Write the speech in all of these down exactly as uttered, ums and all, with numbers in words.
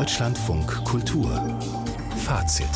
Deutschlandfunk Kultur Fazit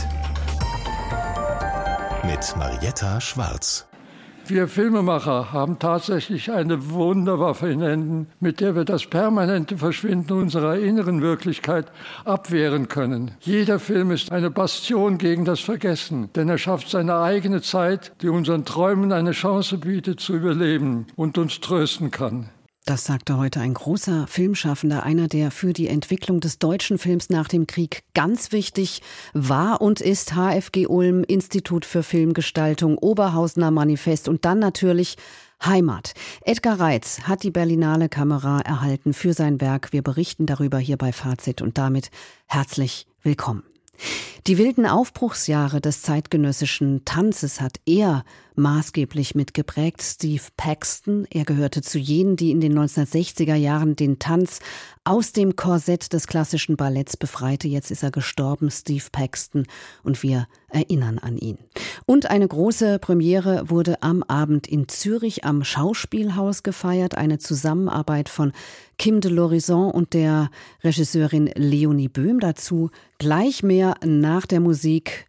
mit Marietta Schwarz. Wir Filmemacher haben tatsächlich eine Wunderwaffe in Händen, mit der wir das permanente Verschwinden unserer inneren Wirklichkeit abwehren können. Jeder Film ist eine Bastion gegen das Vergessen, denn er schafft seine eigene Zeit, die unseren Träumen eine Chance bietet zu überleben und uns trösten kann. Das sagte heute ein großer Filmschaffender, einer, der für die Entwicklung des deutschen Films nach dem Krieg ganz wichtig war und ist. H F G Ulm, Institut für Filmgestaltung, Oberhausener Manifest und dann natürlich Heimat. Edgar Reitz hat die Berlinale Kamera erhalten für sein Werk. Wir berichten darüber hier bei Fazit und damit herzlich willkommen. Die wilden Aufbruchsjahre des zeitgenössischen Tanzes hat er maßgeblich mitgeprägt. Steve Paxton, er gehörte zu jenen, die in den neunzehnhundertsechziger Jahren den Tanz aus dem Korsett des klassischen Balletts befreite. Jetzt ist er gestorben, Steve Paxton, und wir erinnern an ihn. Und eine große Premiere wurde am Abend in Zürich am Schauspielhaus gefeiert. Eine Zusammenarbeit von Kim de l'Horizon und der Regisseurin Leonie Böhm. Dazu gleich mehr nach der Musik.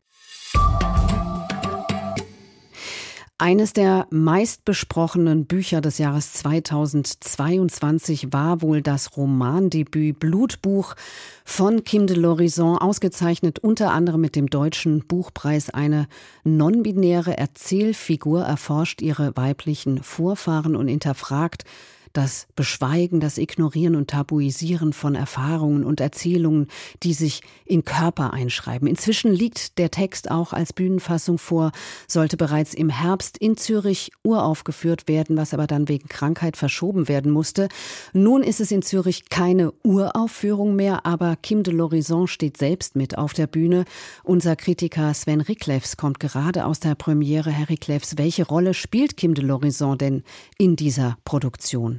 Eines der meistbesprochenen Bücher des Jahres zweitausendzweiundzwanzig war wohl das Romandebüt Blutbuch von Kim de l'Horizon, ausgezeichnet unter anderem mit dem Deutschen Buchpreis. Eine non-binäre Erzählfigur erforscht ihre weiblichen Vorfahren und hinterfragt das Beschweigen, das Ignorieren und Tabuisieren von Erfahrungen und Erzählungen, die sich in Körper einschreiben. Inzwischen liegt der Text auch als Bühnenfassung vor, sollte bereits im Herbst in Zürich uraufgeführt werden, was aber dann wegen Krankheit verschoben werden musste. Nun ist es in Zürich keine Uraufführung mehr, aber Kim de l'Horizon steht selbst mit auf der Bühne. Unser Kritiker Sven Riklefs kommt gerade aus der Premiere. Herr Riklefs, welche Rolle spielt Kim de l'Horizon denn in dieser Produktion?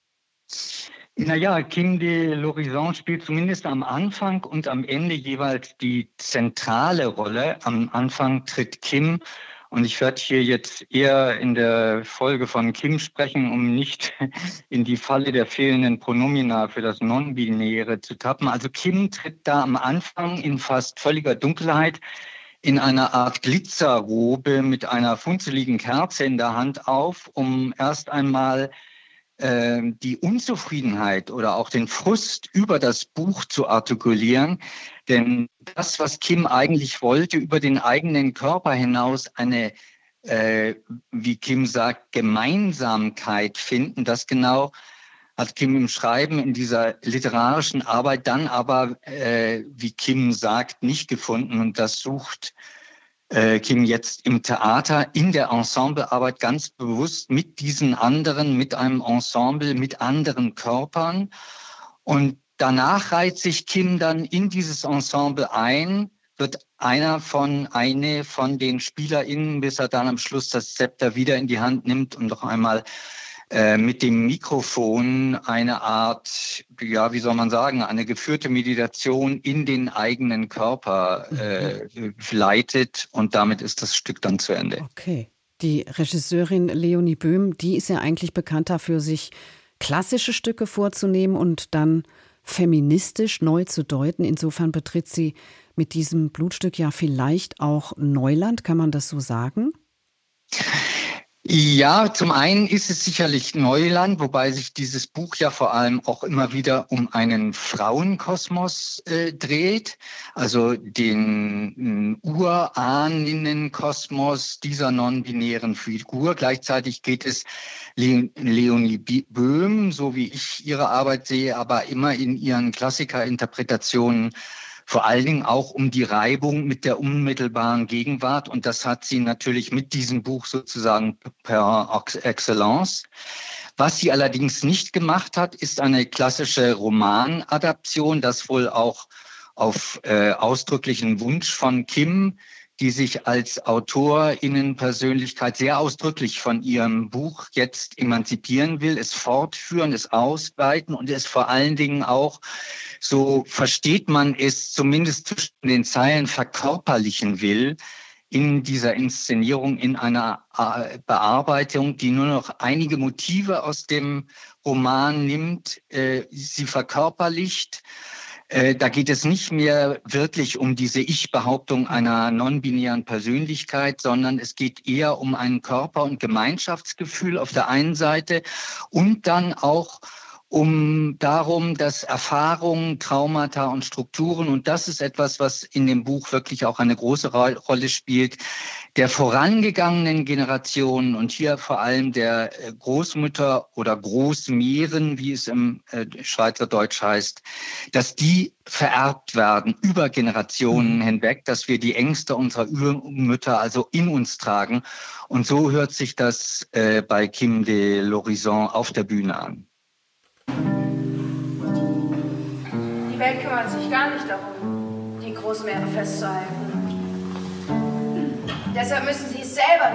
Naja, Kim de l'Horizon spielt zumindest am Anfang und am Ende jeweils die zentrale Rolle. Am Anfang tritt Kim, und ich werde hier jetzt eher in der Folge von Kim sprechen, um nicht in die Falle der fehlenden Pronomina für das Non-Binäre zu tappen. Also Kim tritt da am Anfang in fast völliger Dunkelheit in einer Art Glitzerrobe mit einer funzeligen Kerze in der Hand auf, um erst einmal die Unzufriedenheit oder auch den Frust über das Buch zu artikulieren. Denn das, was Kim eigentlich wollte, über den eigenen Körper hinaus eine, äh, wie Kim sagt, Gemeinsamkeit finden, das genau hat Kim im Schreiben in dieser literarischen Arbeit dann aber, äh, wie Kim sagt, nicht gefunden. Und das sucht Kim jetzt im Theater in der Ensemblearbeit ganz bewusst mit diesen anderen, mit einem Ensemble, mit anderen Körpern. Und danach reiht sich Kim dann in dieses Ensemble ein, wird einer von, eine von den SpielerInnen, bis er dann am Schluss das Zepter wieder in die Hand nimmt und noch einmal äh, mit dem Mikrofon eine Art, ja, wie soll man sagen, eine geführte Meditation in den eigenen Körper äh, leitet, und damit ist das Stück dann zu Ende. Okay. Die Regisseurin Leonie Böhm, die ist ja eigentlich bekannt dafür, sich klassische Stücke vorzunehmen und dann feministisch neu zu deuten. Insofern betritt sie mit diesem Blutstück ja vielleicht auch Neuland, kann man das so sagen? Ja, zum einen ist es sicherlich Neuland, wobei sich dieses Buch ja vor allem auch immer wieder um einen Frauenkosmos äh, dreht, also den äh, Uranninnenkosmos dieser non-binären Figur. Gleichzeitig geht es Le- Leonie Böhm, so wie ich ihre Arbeit sehe, aber immer in ihren Klassikerinterpretationen vor allen Dingen auch um die Reibung mit der unmittelbaren Gegenwart. Und das hat sie natürlich mit diesem Buch sozusagen per excellence. Was sie allerdings nicht gemacht hat, ist eine klassische Romanadaption, das wohl auch auf äh, ausdrücklichen Wunsch von Kim, die sich als AutorInnenpersönlichkeit sehr ausdrücklich von ihrem Buch jetzt emanzipieren will, es fortführen, es ausweiten und es vor allen Dingen auch, so versteht man es zumindest zwischen den Zeilen, verkörperlichen will in dieser Inszenierung, in einer Bearbeitung, die nur noch einige Motive aus dem Roman nimmt, äh, sie verkörperlicht. Äh, da geht es nicht mehr wirklich um diese Ich-Behauptung einer non-binären Persönlichkeit, sondern es geht eher um ein Körper- und Gemeinschaftsgefühl auf der einen Seite und dann auch um darum, dass Erfahrungen, Traumata und Strukturen, und das ist etwas, was in dem Buch wirklich auch eine große Ro- Rolle spielt, der vorangegangenen Generationen und hier vor allem der Großmütter oder Großmehren, wie es im äh, Schweizerdeutsch heißt, dass die vererbt werden über Generationen mhm. hinweg, dass wir die Ängste unserer Urmütter also in uns tragen. Und so hört sich das äh, bei Kim de l'Horizon auf der Bühne an. Die Welt kümmert sich gar nicht darum, die Großmeere festzuhalten. Deshalb müssen sie es selber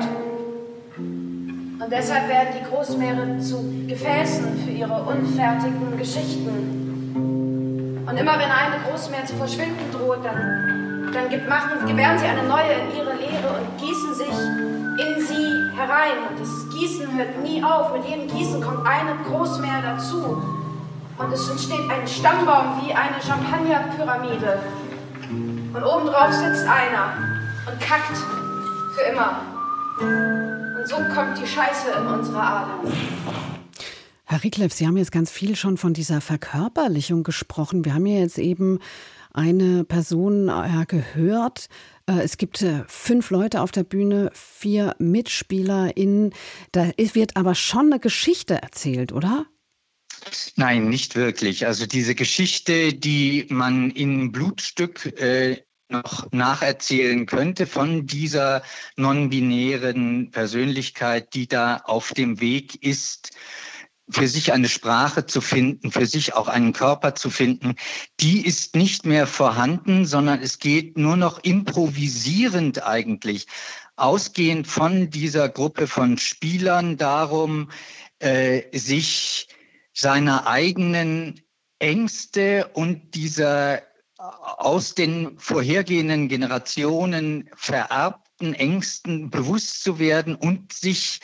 tun. Und deshalb werden die Großmeere zu Gefäßen für ihre unfertigen Geschichten. Und immer wenn eine Großmeer zu verschwinden droht, dann, dann gibt, machen, gewähren sie eine neue in ihre Leere und gießen sich in sie herein. Und das Gießen hört nie auf. Mit jedem Gießen kommt eine Großmeer dazu. Und es entsteht ein Stammbaum wie eine Champagnerpyramide. Und obendrauf sitzt einer und kackt für immer. Und so kommt die Scheiße in unsere Adern. Herr Rikleff, Sie haben jetzt ganz viel schon von dieser Verkörperlichung gesprochen. Wir haben ja jetzt eben eine Person äh, gehört. Äh, es gibt äh, fünf Leute auf der Bühne, vier MitspielerInnen. Da wird aber schon eine Geschichte erzählt, oder? Nein, nicht wirklich. Also diese Geschichte, die man in Blutstück äh, noch nacherzählen könnte von dieser non-binären Persönlichkeit, die da auf dem Weg ist, für sich eine Sprache zu finden, für sich auch einen Körper zu finden, die ist nicht mehr vorhanden, sondern es geht nur noch improvisierend eigentlich, ausgehend von dieser Gruppe von Spielern darum, äh, sich seiner eigenen Ängste und dieser aus den vorhergehenden Generationen vererbten Ängsten bewusst zu werden und sich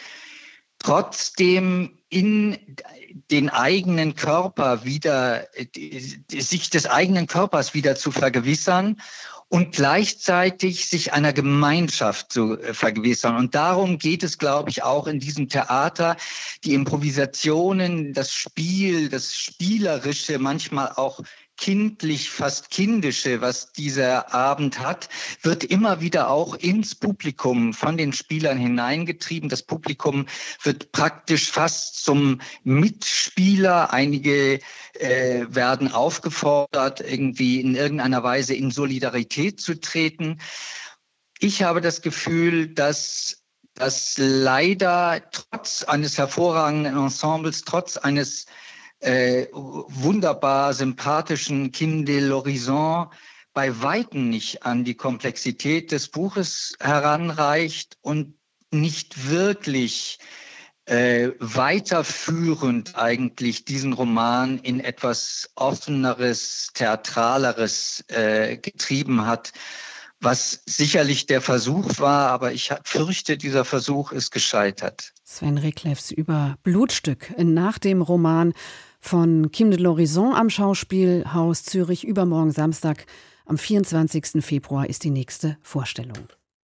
trotzdem in den eigenen Körper wieder, sich des eigenen Körpers wieder zu vergewissern und gleichzeitig sich einer Gemeinschaft zu vergewissern. Und darum geht es, glaube ich, auch in diesem Theater. Die Improvisationen, das Spiel, das Spielerische, manchmal auch kindlich, fast kindische, was dieser Abend hat, wird immer wieder auch ins Publikum von den Spielern hineingetrieben. Das Publikum wird praktisch fast zum Mitspieler. Einige äh, werden aufgefordert, irgendwie in irgendeiner Weise in Solidarität zu treten. Ich habe das Gefühl, dass dass leider trotz eines hervorragenden Ensembles, trotz eines Äh, wunderbar sympathischen Kim de l'Horizon bei Weitem nicht an die Komplexität des Buches heranreicht und nicht wirklich äh, weiterführend eigentlich diesen Roman in etwas offeneres, theatraleres äh, getrieben hat, was sicherlich der Versuch war, aber ich fürchte, dieser Versuch ist gescheitert. Sven Rikleffs über Blutstück nach dem Roman von Kim de l'Horizon am Schauspielhaus Zürich. Übermorgen Samstag, am vierundzwanzigsten Februar, ist die nächste Vorstellung.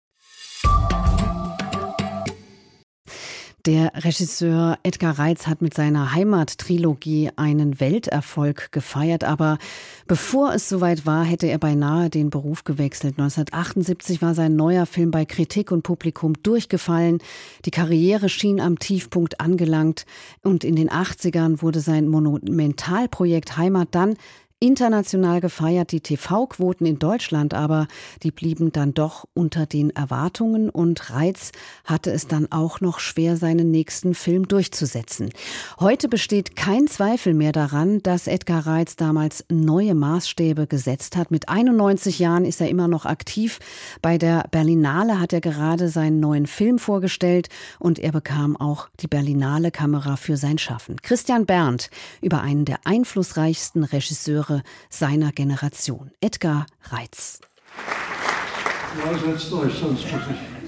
Der Regisseur Edgar Reitz hat mit seiner Heimat-Trilogie einen Welterfolg gefeiert, aber bevor es soweit war, hätte er beinahe den Beruf gewechselt. neunzehnhundertachtundsiebzig war sein neuer Film bei Kritik und Publikum durchgefallen. Die Karriere schien am Tiefpunkt angelangt und in den achtzigern wurde sein Monumentalprojekt Heimat dann international gefeiert. Die T V-Quoten in Deutschland aber, die blieben dann doch unter den Erwartungen und Reitz hatte es dann auch noch schwer, seinen nächsten Film durchzusetzen. Heute besteht kein Zweifel mehr daran, dass Edgar Reitz damals neue Maßstäbe gesetzt hat. Mit einundneunzig Jahren ist er immer noch aktiv. Bei der Berlinale hat er gerade seinen neuen Film vorgestellt und er bekam auch die Berlinale Kamera für sein Schaffen. Christian Berndt über einen der einflussreichsten Regisseure seiner Generation, Edgar Reitz. Ja, setzt euch, sonst muss ich.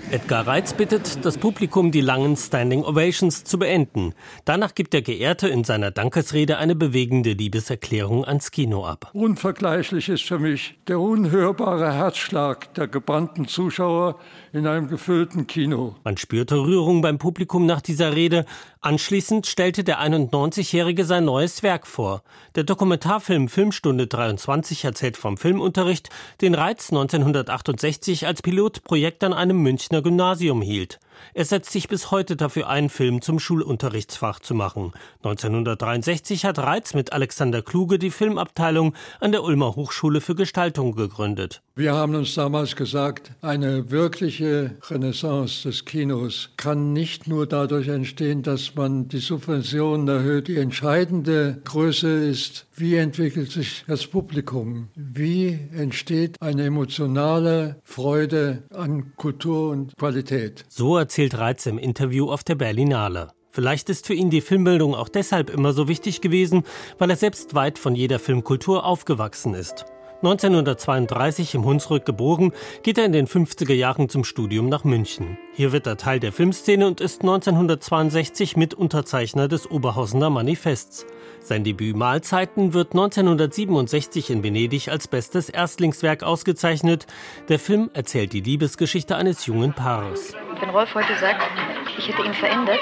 Edgar Reitz bittet das Publikum, die langen Standing Ovations zu beenden. Danach gibt der Geehrte in seiner Dankesrede eine bewegende Liebeserklärung ans Kino ab. Unvergleichlich ist für mich der unhörbare Herzschlag der gebrannten Zuschauer in einem gefüllten Kino. Man spürte Rührung beim Publikum nach dieser Rede. Anschließend stellte der einundneunzigjährige sein neues Werk vor. Der Dokumentarfilm Filmstunde dreiundzwanzig erzählt vom Filmunterricht, den Reitz neunzehnhundertachtundsechzig als Pilotprojekt an einem Münchner Gymnasium hielt. Er setzt sich bis heute dafür ein, Film zum Schulunterrichtsfach zu machen. neunzehnhundertdreiundsechzig hat Reitz mit Alexander Kluge die Filmabteilung an der Ulmer Hochschule für Gestaltung gegründet. Wir haben uns damals gesagt, eine wirkliche Renaissance des Kinos kann nicht nur dadurch entstehen, dass man die Subventionen erhöht. Die entscheidende Größe ist, wie entwickelt sich das Publikum? Wie entsteht eine emotionale Freude an Kultur und Qualität? So erzählt Reitz im Interview auf der Berlinale. Vielleicht ist für ihn die Filmbildung auch deshalb immer so wichtig gewesen, weil er selbst weit von jeder Filmkultur aufgewachsen ist. neunzehnhundertzweiunddreißig im Hunsrück geboren, geht er in den fünfziger Jahren zum Studium nach München. Hier wird er Teil der Filmszene und ist neunzehnhundertzweiundsechzig Mitunterzeichner des Oberhausener Manifests. Sein Debüt Mahlzeiten wird neunzehnhundertsiebenundsechzig in Venedig als bestes Erstlingswerk ausgezeichnet. Der Film erzählt die Liebesgeschichte eines jungen Paares. Wenn Rolf heute sagt, ich hätte ihn verändert,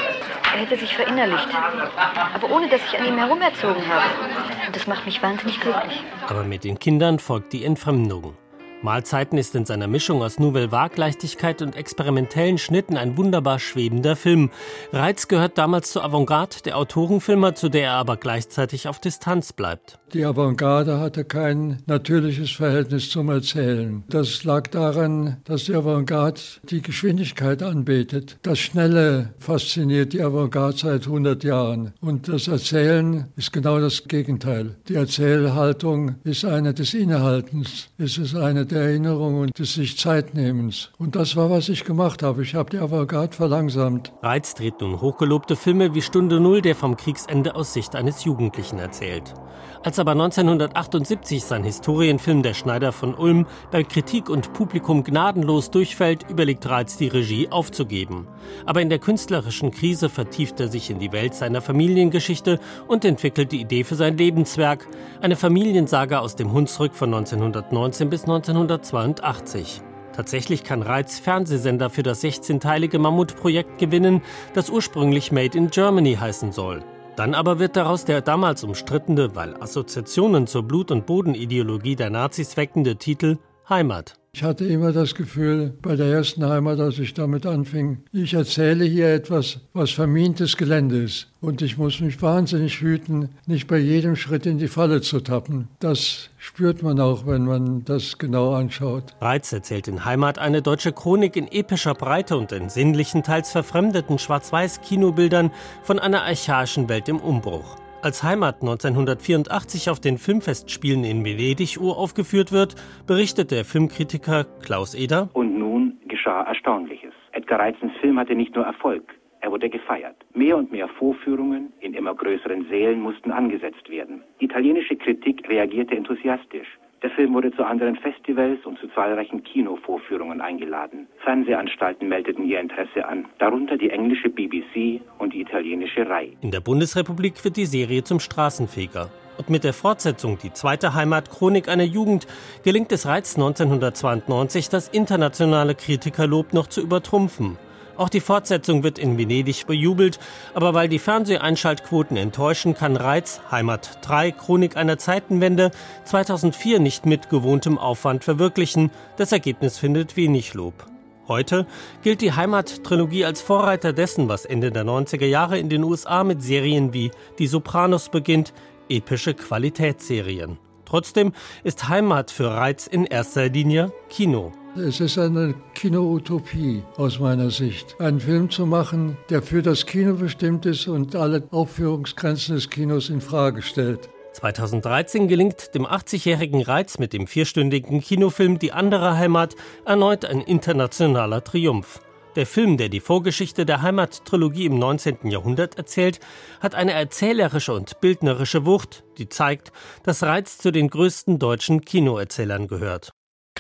er hätte sich verinnerlicht. Aber ohne, dass ich an ihm herumerzogen habe. Und das macht mich wahnsinnig glücklich. Aber mit den Kindern folgt die Entfremdung. Mahlzeiten ist in seiner Mischung aus Nouvelle Vague-Leichtigkeit und experimentellen Schnitten ein wunderbar schwebender Film. Reitz gehört damals zur Avantgarde der Autorenfilmer, zu der er aber gleichzeitig auf Distanz bleibt. Die Avantgarde hatte kein natürliches Verhältnis zum Erzählen. Das lag daran, dass die Avantgarde die Geschwindigkeit anbetet. Das Schnelle fasziniert die Avantgarde seit hundert Jahren. Und das Erzählen ist genau das Gegenteil. Die Erzählhaltung ist eine des Innehaltens. Es ist eine der Erinnerung und des sich Zeitnehmens. Und das war, was ich gemacht habe. Ich habe die Avantgarde verlangsamt. Reitz dreht nun hochgelobte Filme wie Stunde Null, der vom Kriegsende aus Sicht eines Jugendlichen erzählt. Als aber neunzehnhundertachtundsiebzig sein Historienfilm Der Schneider von Ulm bei Kritik und Publikum gnadenlos durchfällt, überlegt Reitz, die Regie aufzugeben. Aber in der künstlerischen Krise vertieft er sich in die Welt seiner Familiengeschichte und entwickelt die Idee für sein Lebenswerk, eine Familiensaga aus dem Hunsrück von neunzehnhundertneunzehn bis neunzehnhundertzweiundachtzig. Tatsächlich kann Reitz Fernsehsender für das sechzehnteilige Mammutprojekt gewinnen, das ursprünglich Made in Germany heißen soll. Dann aber wird daraus der damals umstrittene, weil Assoziationen zur Blut- und Bodenideologie der Nazis weckende Titel Heimat. Ich hatte immer das Gefühl, bei der ersten Heimat, als ich damit anfing, ich erzähle hier etwas, was vermintes Gelände ist. Und ich muss mich wahnsinnig hüten, nicht bei jedem Schritt in die Falle zu tappen. Das spürt man auch, wenn man das genau anschaut. Reitz erzählt in Heimat eine deutsche Chronik in epischer Breite und in sinnlichen, teils verfremdeten Schwarz-Weiß-Kinobildern von einer archaischen Welt im Umbruch. Als Heimat neunzehnhundertvierundachtzig auf den Filmfestspielen in Venedig uraufgeführt wird, berichtet der Filmkritiker Klaus Eder. Und nun geschah Erstaunliches. Edgar Reitzens Film hatte nicht nur Erfolg, er wurde gefeiert. Mehr und mehr Vorführungen in immer größeren Sälen mussten angesetzt werden. Die italienische Kritik reagierte enthusiastisch. Der Film wurde zu anderen Festivals und zu zahlreichen Kinovorführungen eingeladen. Fernsehanstalten meldeten ihr Interesse an, darunter die englische B B C und die italienische Rai. In der Bundesrepublik wird die Serie zum Straßenfeger. Und mit der Fortsetzung Die zweite Heimat, Chronik einer Jugend, gelingt es Reitz neunzehnhundertzweiundneunzig, das internationale Kritikerlob noch zu übertrumpfen. Auch die Fortsetzung wird in Venedig bejubelt, aber weil die Fernseheinschaltquoten enttäuschen, kann Reitz Heimat drei, Chronik einer Zeitenwende, zweitausendvier nicht mit gewohntem Aufwand verwirklichen. Das Ergebnis findet wenig Lob. Heute gilt die Heimat-Trilogie als Vorreiter dessen, was Ende der neunziger Jahre in den U S A mit Serien wie Die Sopranos beginnt, epische Qualitätsserien. Trotzdem ist Heimat für Reitz in erster Linie Kino. Es ist eine Kino-Utopie aus meiner Sicht, einen Film zu machen, der für das Kino bestimmt ist und alle Aufführungsgrenzen des Kinos in Frage stellt. zweitausenddreizehn gelingt dem achtzigjährigen Reitz mit dem vierstündigen Kinofilm Die andere Heimat erneut ein internationaler Triumph. Der Film, der die Vorgeschichte der Heimat-Trilogie im neunzehnten Jahrhundert erzählt, hat eine erzählerische und bildnerische Wucht, die zeigt, dass Reitz zu den größten deutschen Kinoerzählern gehört.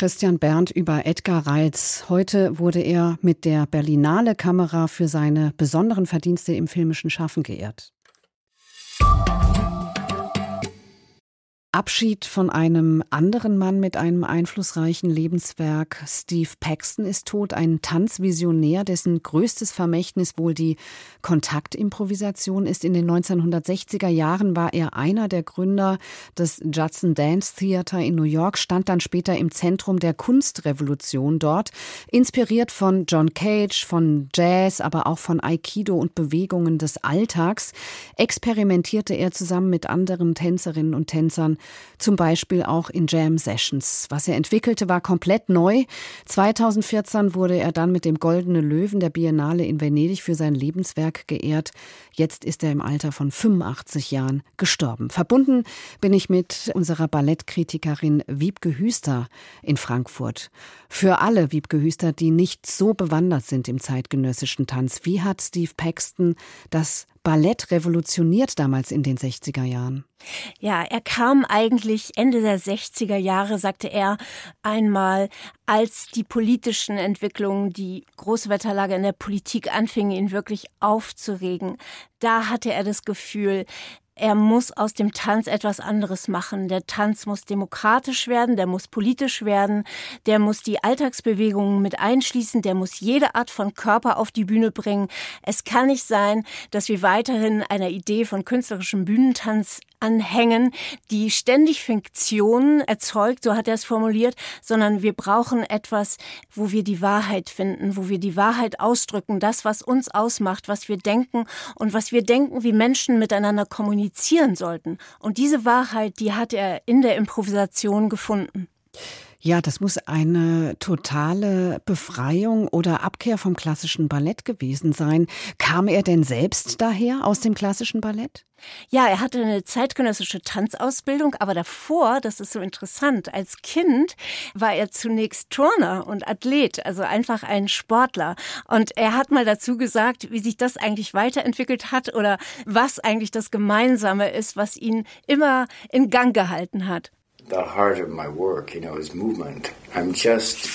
Christian Berndt über Edgar Reitz. Heute wurde er mit der Berlinale Kamera für seine besonderen Verdienste im filmischen Schaffen geehrt. Abschied von einem anderen Mann mit einem einflussreichen Lebenswerk. Steve Paxton ist tot, ein Tanzvisionär, dessen größtes Vermächtnis wohl die Kontaktimprovisation ist. In den neunzehnhundertsechziger Jahren war er einer der Gründer des Judson Dance Theater in New York, stand dann später im Zentrum der Kunstrevolution dort. Inspiriert von John Cage, von Jazz, aber auch von Aikido und Bewegungen des Alltags, experimentierte er zusammen mit anderen Tänzerinnen und Tänzern, zum Beispiel auch in Jam Sessions. Was er entwickelte, war komplett neu. zweitausendvierzehn wurde er dann mit dem Goldenen Löwen der Biennale in Venedig für sein Lebenswerk geehrt. Jetzt ist er im Alter von fünfundachtzig Jahren gestorben. Verbunden bin ich mit unserer Ballettkritikerin Wiebke Hüster in Frankfurt. Für alle, Wiebke Hüster, die nicht so bewandert sind im zeitgenössischen Tanz, wie hat Steve Paxton das Ballett revolutioniert damals in den sechziger Jahren? Ja, er kam eigentlich Ende der sechziger Jahre, sagte er einmal, als die politischen Entwicklungen, die große Wetterlage in der Politik anfingen, ihn wirklich aufzuregen. Da hatte er das Gefühl, er muss aus dem Tanz etwas anderes machen. Der Tanz muss demokratisch werden, der muss politisch werden, der muss die Alltagsbewegungen mit einschließen, der muss jede Art von Körper auf die Bühne bringen. Es kann nicht sein, dass wir weiterhin einer Idee von künstlerischem Bühnentanz anhängen, die ständig Fiktionen erzeugt, so hat er es formuliert, sondern wir brauchen etwas, wo wir die Wahrheit finden, wo wir die Wahrheit ausdrücken, das, was uns ausmacht, was wir denken und was wir denken, wie Menschen miteinander kommunizieren sollten. Und diese Wahrheit, die hat er in der Improvisation gefunden. Ja, das muss eine totale Befreiung oder Abkehr vom klassischen Ballett gewesen sein. Kam er denn selbst daher aus dem klassischen Ballett? Ja, er hatte eine zeitgenössische Tanzausbildung, aber davor, das ist so interessant, als Kind war er zunächst Turner und Athlet, also einfach ein Sportler. Und er hat mal dazu gesagt, wie sich das eigentlich weiterentwickelt hat oder was eigentlich das Gemeinsame ist, was ihn immer in Gang gehalten hat. The heart of my work, you know, is movement. I'm just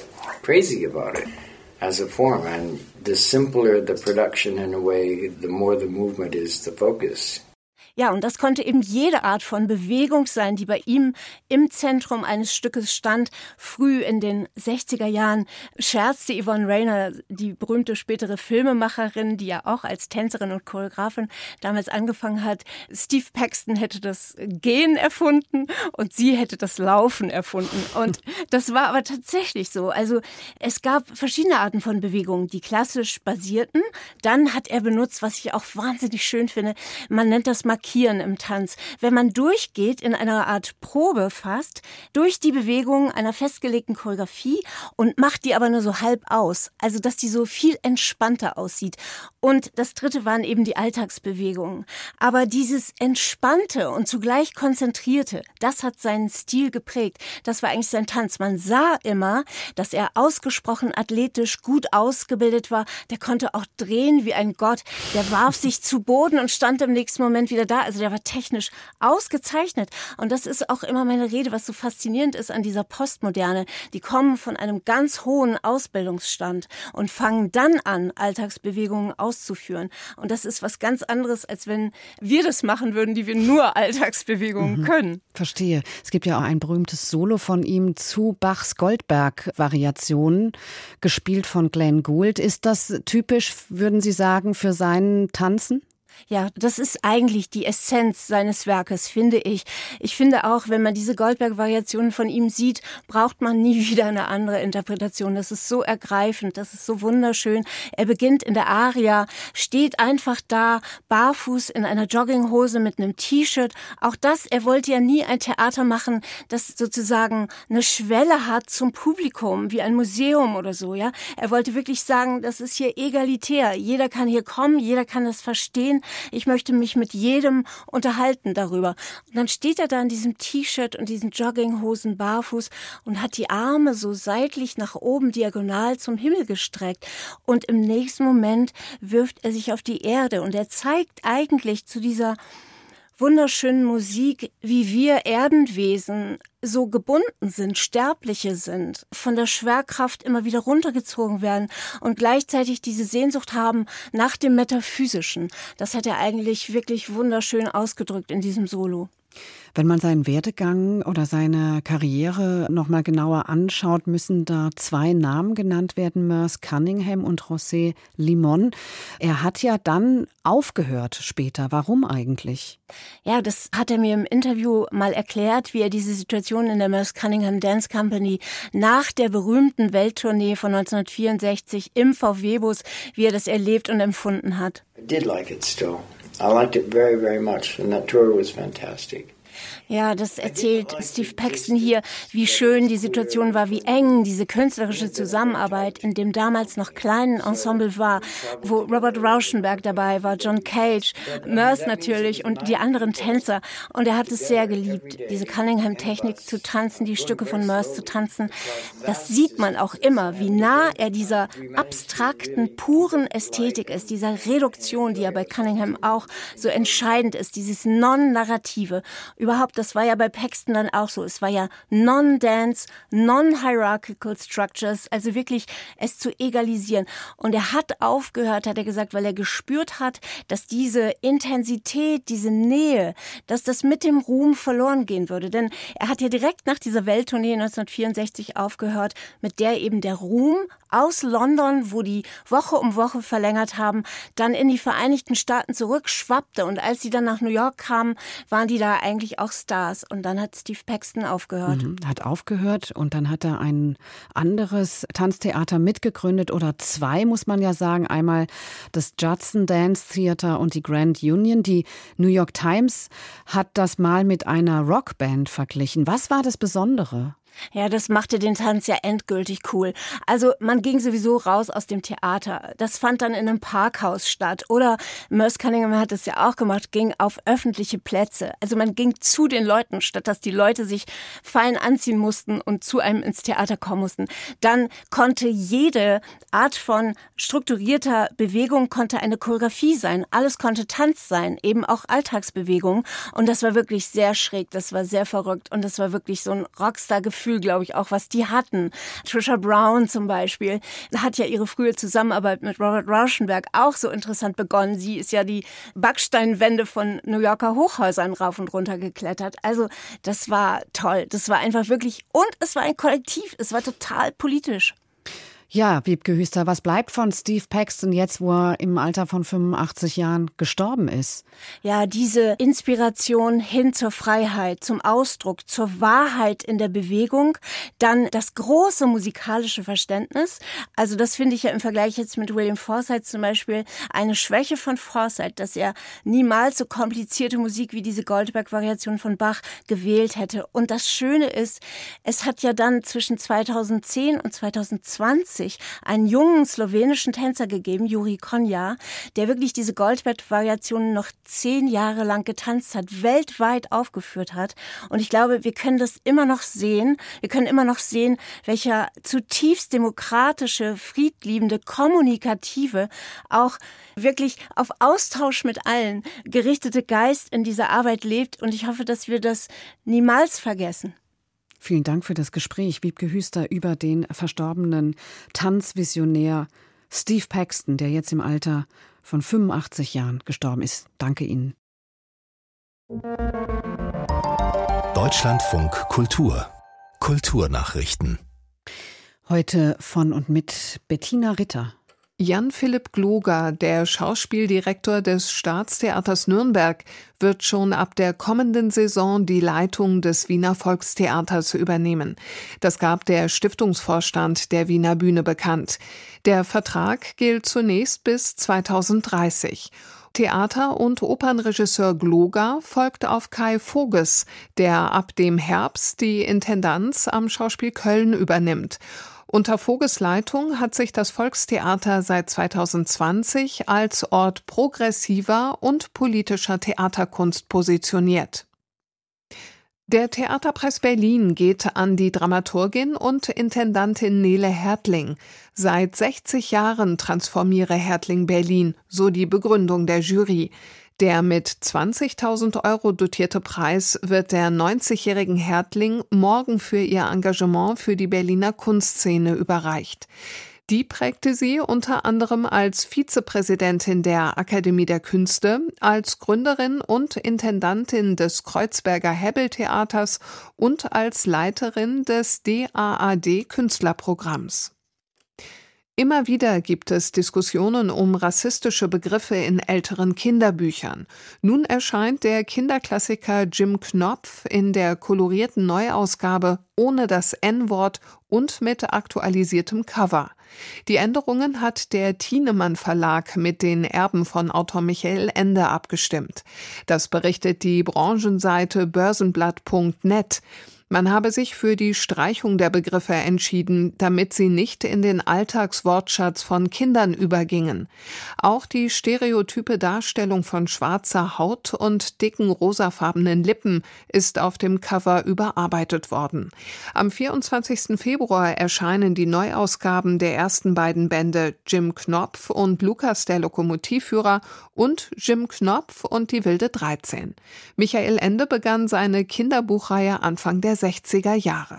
crazy about it as a form. And the simpler the production in a way, the more the movement is the focus. Ja, und das konnte eben jede Art von Bewegung sein, die bei ihm im Zentrum eines Stückes stand. Früh in den sechziger Jahren scherzte Yvonne Rainer, die berühmte spätere Filmemacherin, die ja auch als Tänzerin und Choreografin damals angefangen hat. Steve Paxton hätte das Gehen erfunden und sie hätte das Laufen erfunden. Und das war aber tatsächlich so. Also es gab verschiedene Arten von Bewegungen, die klassisch basierten. Dann hat er benutzt, was ich auch wahnsinnig schön finde, man nennt das Markieren im Tanz. Wenn man durchgeht, in einer Art Probe fast, durch die Bewegung einer festgelegten Choreografie und macht die aber nur so halb aus. Also, dass die so viel entspannter aussieht. Und das dritte waren eben die Alltagsbewegungen. Aber dieses Entspannte und zugleich Konzentrierte, das hat seinen Stil geprägt. Das war eigentlich sein Tanz. Man sah immer, dass er ausgesprochen athletisch gut ausgebildet war. Der konnte auch drehen wie ein Gott. Der warf sich zu Boden und stand im nächsten Moment wieder da. Also der war technisch ausgezeichnet. Und das ist auch immer meine Rede, was so faszinierend ist an dieser Postmoderne. Die kommen von einem ganz hohen Ausbildungsstand und fangen dann an, Alltagsbewegungen auszuführen. Und das ist was ganz anderes, als wenn wir das machen würden, die wir nur Alltagsbewegungen mhm. können. Verstehe. Es gibt ja auch ein berühmtes Solo von ihm zu Bachs Goldberg-Variationen, gespielt von Glenn Gould. Ist das typisch, würden Sie sagen, für seinen Tanzen? Ja, das ist eigentlich die Essenz seines Werkes, finde ich. Ich finde auch, wenn man diese Goldberg-Variationen von ihm sieht, braucht man nie wieder eine andere Interpretation. Das ist so ergreifend, das ist so wunderschön. Er beginnt in der Aria, steht einfach da, barfuß in einer Jogginghose mit einem T-Shirt. Auch das, er wollte ja nie ein Theater machen, das sozusagen eine Schwelle hat zum Publikum, wie ein Museum oder so, ja. Er wollte wirklich sagen, das ist hier egalitär. Jeder kann hier kommen, jeder kann das verstehen. Ich möchte mich mit jedem unterhalten darüber. Und dann steht er da in diesem T-Shirt und diesen Jogginghosen barfuß und hat die Arme so seitlich nach oben diagonal zum Himmel gestreckt. Und im nächsten Moment wirft er sich auf die Erde und er zeigt eigentlich zu dieser wunderschönen Musik, wie wir Erdenwesen so gebunden sind, Sterbliche sind, von der Schwerkraft immer wieder runtergezogen werden und gleichzeitig diese Sehnsucht haben nach dem Metaphysischen. Das hat er eigentlich wirklich wunderschön ausgedrückt in diesem Solo. Wenn man seinen Werdegang oder seine Karriere noch mal genauer anschaut, müssen da zwei Namen genannt werden, Merce Cunningham und José Limón. Er hat ja dann aufgehört später. Warum eigentlich? Ja, das hat er mir im Interview mal erklärt, wie er diese Situation in der Merce Cunningham Dance Company nach der berühmten Welttournee von neunzehnhundertvierundsechzig im V W-Bus, wie er das erlebt und empfunden hat. I did like it still. I liked it very, very much, and that tour was fantastic. Ja, das erzählt Steve Paxton hier, wie schön die Situation war, wie eng diese künstlerische Zusammenarbeit in dem damals noch kleinen Ensemble war, wo Robert Rauschenberg dabei war, John Cage, Merce natürlich und die anderen Tänzer. Und er hat es sehr geliebt, diese Cunningham-Technik zu tanzen, die Stücke von Merce zu tanzen. Das sieht man auch immer, wie nah er dieser abstrakten, puren Ästhetik ist, dieser Reduktion, die ja bei Cunningham auch so entscheidend ist, dieses Non-Narrative. Überhaupt, das war ja bei Paxton dann auch so. Es war ja Non-Dance, Non-Hierarchical Structures, also wirklich es zu egalisieren. Und er hat aufgehört, hat er gesagt, weil er gespürt hat, dass diese Intensität, diese Nähe, dass das mit dem Ruhm verloren gehen würde. Denn er hat ja direkt nach dieser Welttournee neunzehnhundertvierundsechzig aufgehört, mit der eben der Ruhm aus London, wo die Woche um Woche verlängert haben, dann in die Vereinigten Staaten zurückschwappte. Und als sie dann nach New York kamen, waren die da eigentlich auch Stars. Und dann hat Steve Paxton aufgehört. Mhm, hat aufgehört und dann hat er ein anderes Tanztheater mitgegründet oder zwei, muss man ja sagen. Einmal das Judson Dance Theater und die Grand Union. Die New York Times hat das mal mit einer Rockband verglichen. Was war das Besondere? Ja, das machte den Tanz ja endgültig cool. Also man ging sowieso raus aus dem Theater. Das fand dann in einem Parkhaus statt. Oder Merce Cunningham hat es ja auch gemacht, ging auf öffentliche Plätze. Also man ging zu den Leuten, statt dass die Leute sich fein anziehen mussten und zu einem ins Theater kommen mussten. Dann konnte jede Art von strukturierter Bewegung konnte eine Choreografie sein. Alles konnte Tanz sein, eben auch Alltagsbewegung. Und das war wirklich sehr schräg, das war sehr verrückt und das war wirklich so ein Rockstar-Gefühl, glaube ich, auch, was die hatten. Trisha Brown zum Beispiel hat ja ihre frühe Zusammenarbeit mit Robert Rauschenberg auch so interessant begonnen. Sie ist ja die Backsteinwände von New Yorker Hochhäusern rauf und runter geklettert. Also das war toll. Das war einfach wirklich, und es war ein Kollektiv. Es war total politisch. Ja, Wiebke Hüster, was bleibt von Steve Paxton jetzt, wo er im Alter von fünfundachtzig Jahren gestorben ist? Ja, diese Inspiration hin zur Freiheit, zum Ausdruck, zur Wahrheit in der Bewegung, dann das große musikalische Verständnis. Also das finde ich ja im Vergleich jetzt mit William Forsythe zum Beispiel eine Schwäche von Forsythe, dass er niemals so komplizierte Musik wie diese Goldberg-Variation von Bach gewählt hätte. Und das Schöne ist, es hat ja dann zwischen zweitausendzehn und zweitausendzwanzig einen jungen slowenischen Tänzer gegeben, Juri Konja, der wirklich diese Goldberg-Variationen noch zehn Jahre lang getanzt hat, weltweit aufgeführt hat. Und ich glaube, wir können das immer noch sehen. Wir können immer noch sehen, welcher zutiefst demokratische, friedliebende, kommunikative, auch wirklich auf Austausch mit allen gerichtete Geist in dieser Arbeit lebt. Und ich hoffe, dass wir das niemals vergessen. Vielen Dank für das Gespräch, Wiebke Hüster, über den verstorbenen Tanzvisionär Steve Paxton, der jetzt im Alter von fünfundachtzig Jahren gestorben ist. Danke Ihnen. Deutschlandfunk Kultur. Kulturnachrichten. Heute von und mit Bettina Ritter. Jan-Philipp Gloger, der Schauspieldirektor des Staatstheaters Nürnberg, wird schon ab der kommenden Saison die Leitung des Wiener Volkstheaters übernehmen. Das gab der Stiftungsvorstand der Wiener Bühne bekannt. Der Vertrag gilt zunächst bis zweitausenddreißig. Theater- und Opernregisseur Gloger folgt auf Kai Voges, der ab dem Herbst die Intendanz am Schauspiel Köln übernimmt. Unter Voges Leitung hat sich das Volkstheater seit zweitausendzwanzig als Ort progressiver und politischer Theaterkunst positioniert. Der Theaterpreis Berlin geht an die Dramaturgin und Intendantin Nele Hertling. Seit sechzig Jahren transformiere Hertling Berlin, so die Begründung der Jury. Der mit zwanzigtausend Euro dotierte Preis wird der neunzigjährigen Härtling morgen für ihr Engagement für die Berliner Kunstszene überreicht. Die prägte sie unter anderem als Vizepräsidentin der Akademie der Künste, als Gründerin und Intendantin des Kreuzberger Hebbel-Theaters und als Leiterin des D A A D-Künstlerprogramms. Immer wieder gibt es Diskussionen um rassistische Begriffe in älteren Kinderbüchern. Nun erscheint der Kinderklassiker Jim Knopf in der kolorierten Neuausgabe ohne das En-Wort und mit aktualisiertem Cover. Die Änderungen hat der Thienemann Verlag mit den Erben von Autor Michael Ende abgestimmt. Das berichtet die Branchenseite börsenblatt punkt net. Man habe sich für die Streichung der Begriffe entschieden, damit sie nicht in den Alltagswortschatz von Kindern übergingen. Auch die stereotype Darstellung von schwarzer Haut und dicken rosafarbenen Lippen ist auf dem Cover überarbeitet worden. Am vierundzwanzigsten Februar erscheinen die Neuausgaben der ersten beiden Bände Jim Knopf und Lukas der Lokomotivführer und Jim Knopf und die wilde dreizehn. Michael Ende begann seine Kinderbuchreihe Anfang der sechziger Jahre.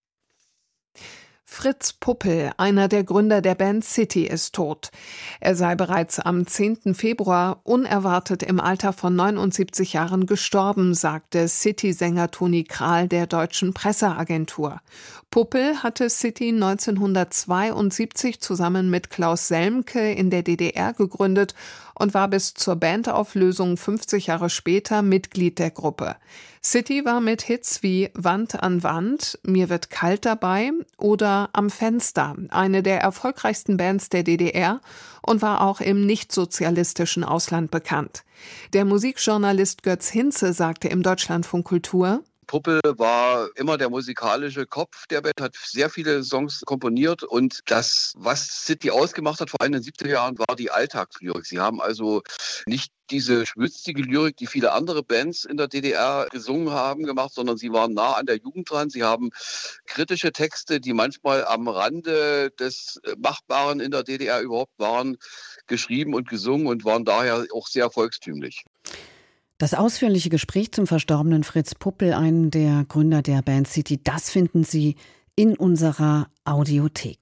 Fritz Puppel, einer der Gründer der Band City, ist tot. Er sei bereits am zehnten Februar unerwartet im Alter von neunundsiebzig Jahren gestorben, sagte City-Sänger Toni Krahl der deutschen Presseagentur. Puppel hatte City neunzehnhundertzweiundsiebzig zusammen mit Klaus Selmke in der D D R gegründet und war bis zur Bandauflösung fünfzig Jahre später Mitglied der Gruppe. City war mit Hits wie Wand an Wand, Mir wird kalt dabei oder Am Fenster eine der erfolgreichsten Bands der D D R und war auch im nichtsozialistischen Ausland bekannt. Der Musikjournalist Götz Hinze sagte im Deutschlandfunk Kultur: Puppel war immer der musikalische Kopf der Band, hat sehr viele Songs komponiert und das, was City ausgemacht hat, vor allem in den siebziger Jahren, war die Alltagslyrik. Sie haben also nicht diese schwützige Lyrik, die viele andere Bands in der D D R gesungen haben, gemacht, sondern sie waren nah an der Jugend dran. Sie haben kritische Texte, die manchmal am Rande des Machbaren in der D D R überhaupt waren, geschrieben und gesungen und waren daher auch sehr volkstümlich. Das ausführliche Gespräch zum verstorbenen Fritz Puppel, einen der Gründer der Band City, das finden Sie in unserer Audiothek.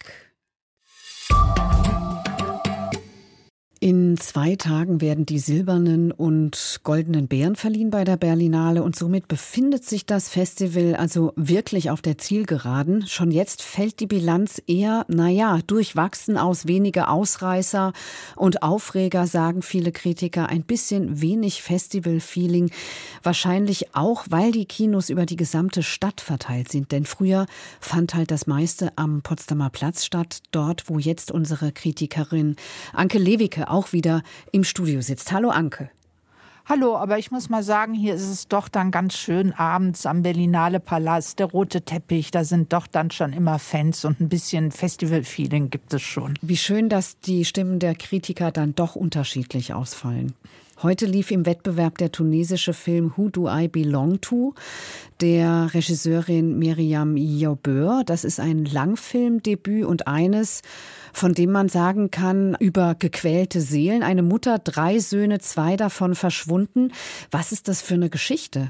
In zwei Tagen werden die silbernen und goldenen Bären verliehen bei der Berlinale und somit befindet sich das Festival also wirklich auf der Zielgeraden. Schon jetzt fällt die Bilanz eher, naja, durchwachsen aus, wenige Ausreißer und Aufreger, sagen viele Kritiker, ein bisschen wenig Festival-Feeling. Wahrscheinlich auch, weil die Kinos über die gesamte Stadt verteilt sind, denn früher fand halt das meiste am Potsdamer Platz statt, dort, wo jetzt unsere Kritikerin Anke Lewicke auch wieder im Studio sitzt. Hallo Anke. Hallo, aber ich muss mal sagen, hier ist es doch dann ganz schön abends am Berlinale Palast, der rote Teppich, da sind doch dann schon immer Fans und ein bisschen Festival-Feeling gibt es schon. Wie schön, dass die Stimmen der Kritiker dann doch unterschiedlich ausfallen. Heute lief im Wettbewerb der tunesische Film Who Do I Belong To der Regisseurin Miriam Yobeur. Das ist ein Langfilmdebüt und eines, von dem man sagen kann, über gequälte Seelen. Eine Mutter, drei Söhne, zwei davon verschwunden. Was ist das für eine Geschichte?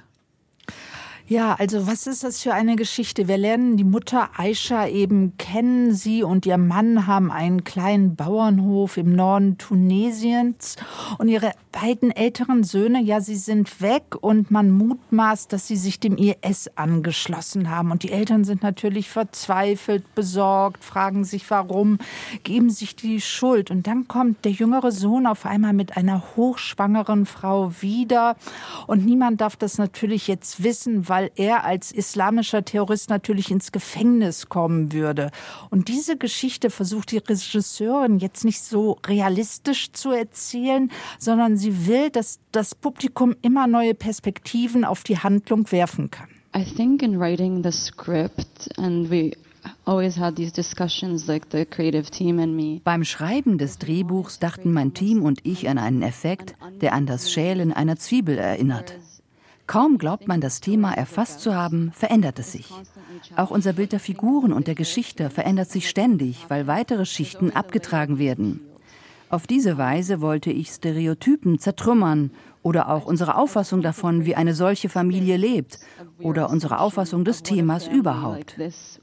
Ja, also was ist das für eine Geschichte? Wir lernen die Mutter Aisha eben kennen. Sie und ihr Mann haben einen kleinen Bauernhof im Norden Tunesiens. Und ihre beiden älteren Söhne, ja, sie sind weg und man mutmaßt, dass sie sich dem I S angeschlossen haben. Und die Eltern sind natürlich verzweifelt, besorgt, fragen sich warum, geben sich die Schuld. Und dann kommt der jüngere Sohn auf einmal mit einer hochschwangeren Frau wieder. Und niemand darf das natürlich jetzt wissen, weil weil er als islamischer Terrorist natürlich ins Gefängnis kommen würde. Und diese Geschichte versucht die Regisseurin jetzt nicht so realistisch zu erzählen, sondern sie will, dass das Publikum immer neue Perspektiven auf die Handlung werfen kann. I think in writing the script and we always had these discussions like the creative team and me. Beim Schreiben des Drehbuchs dachten mein Team und ich an einen Effekt, der an das Schälen einer Zwiebel erinnert. Kaum glaubt man, das Thema erfasst zu haben, verändert es sich. Auch unser Bild der Figuren und der Geschichte verändert sich ständig, weil weitere Schichten abgetragen werden. Auf diese Weise wollte ich Stereotypen zertrümmern oder auch unsere Auffassung davon, wie eine solche Familie lebt oder unsere Auffassung des Themas überhaupt.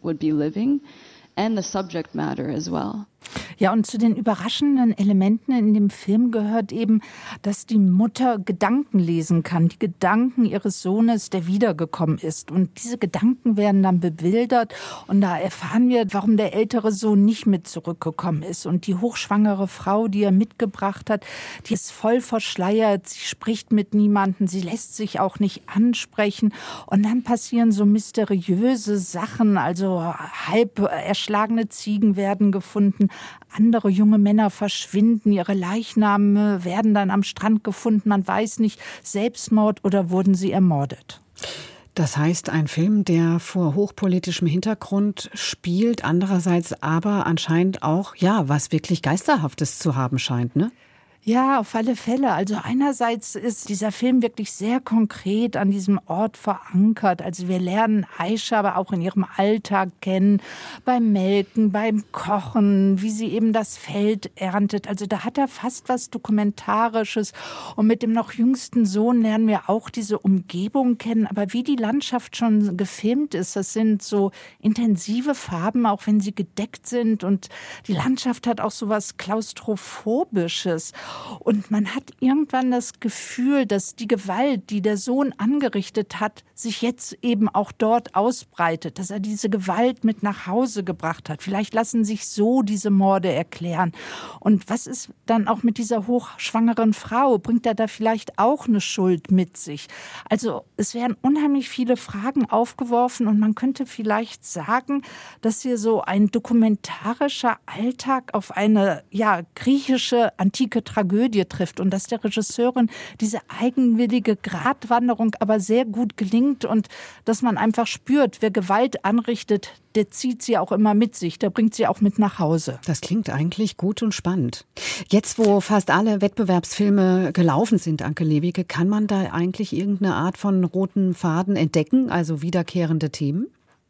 Ja, und zu den überraschenden Elementen in dem Film gehört eben, dass die Mutter Gedanken lesen kann, die Gedanken ihres Sohnes, der wiedergekommen ist. Und diese Gedanken werden dann bebildert und da erfahren wir, warum der ältere Sohn nicht mit zurückgekommen ist. Und die hochschwangere Frau, die er mitgebracht hat, die ist voll verschleiert, sie spricht mit niemandem, sie lässt sich auch nicht ansprechen. Und dann passieren so mysteriöse Sachen, also halb erschlagene Ziegen werden gefunden, andere junge Männer verschwinden, ihre Leichname werden dann am Strand gefunden. Man weiß nicht, Selbstmord oder wurden sie ermordet. Das heißt, ein Film, der vor hochpolitischem Hintergrund spielt, andererseits aber anscheinend auch, ja, was wirklich Geisterhaftes zu haben scheint, ne? Ja, auf alle Fälle. Also einerseits ist dieser Film wirklich sehr konkret an diesem Ort verankert. Also wir lernen Aisha aber auch in ihrem Alltag kennen, beim Melken, beim Kochen, wie sie eben das Feld erntet. Also da hat er fast was Dokumentarisches. Und mit dem noch jüngsten Sohn lernen wir auch diese Umgebung kennen. Aber wie die Landschaft schon gefilmt ist, das sind so intensive Farben, auch wenn sie gedeckt sind. Und die Landschaft hat auch so was Klaustrophobisches. Und man hat irgendwann das Gefühl, dass die Gewalt, die der Sohn angerichtet hat, sich jetzt eben auch dort ausbreitet, dass er diese Gewalt mit nach Hause gebracht hat. Vielleicht lassen sich so diese Morde erklären. Und was ist dann auch mit dieser hochschwangeren Frau? Bringt er da vielleicht auch eine Schuld mit sich? Also es werden unheimlich viele Fragen aufgeworfen und man könnte vielleicht sagen, dass hier so ein dokumentarischer Alltag auf eine ja, griechische antike Tragödie trifft und dass der Regisseurin diese eigenwillige Gratwanderung aber sehr gut gelingt und dass man einfach spürt, wer Gewalt anrichtet, der zieht sie auch immer mit sich, der bringt sie auch mit nach Hause. Das klingt eigentlich gut und spannend. Jetzt, wo fast alle Wettbewerbsfilme gelaufen sind, Anke Lewicke, kann man da eigentlich irgendeine Art von roten Faden entdecken, also wiederkehrende Themen?